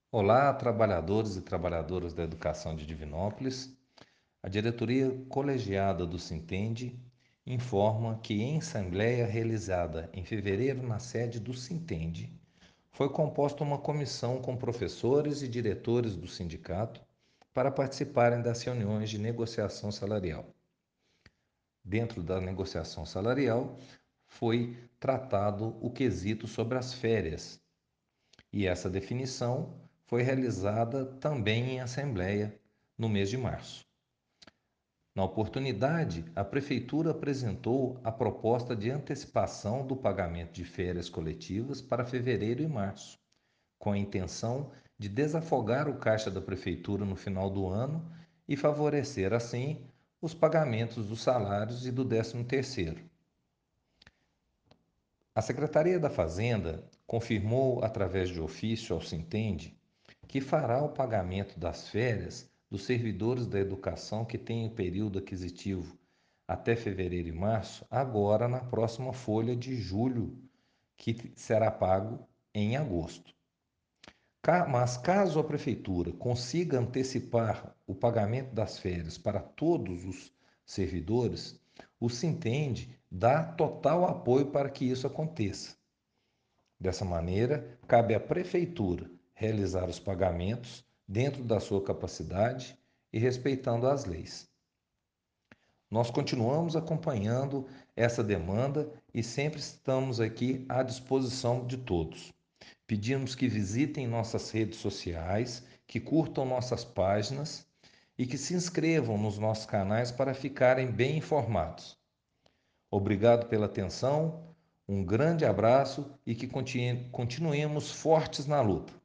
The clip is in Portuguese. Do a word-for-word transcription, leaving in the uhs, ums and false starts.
Olá, trabalhadores e trabalhadoras da educação de Divinópolis. A diretoria colegiada do Sintende informa que, em assembleia realizada em fevereiro na sede do Sintende, foi composta uma comissão com professores e diretores do sindicato para participarem das reuniões de negociação salarial. Dentro da negociação salarial, foi tratado o quesito sobre as férias, e essa definição foi realizada também em assembleia no mês de março. Na oportunidade, a Prefeitura apresentou a proposta de antecipação do pagamento de férias coletivas para fevereiro e março, com a intenção de desafogar o caixa da Prefeitura no final do ano e favorecer, assim, os pagamentos dos salários e do décimo terceiro. A Secretaria da Fazenda confirmou, através de ofício ao Sintende, que fará o pagamento das férias dos servidores da educação que têm o período aquisitivo até fevereiro e março, agora na próxima folha de julho, que será pago em agosto. Mas caso a Prefeitura consiga antecipar o pagamento das férias para todos os servidores, o Sintende dá total apoio para que isso aconteça. Dessa maneira, cabe à Prefeitura realizar os pagamentos dentro da sua capacidade e respeitando as leis. Nós continuamos acompanhando essa demanda e sempre estamos aqui à disposição de todos. Pedimos que visitem nossas redes sociais, que curtam nossas páginas e que se inscrevam nos nossos canais para ficarem bem informados. Obrigado pela atenção, um grande abraço e que continuemos fortes na luta.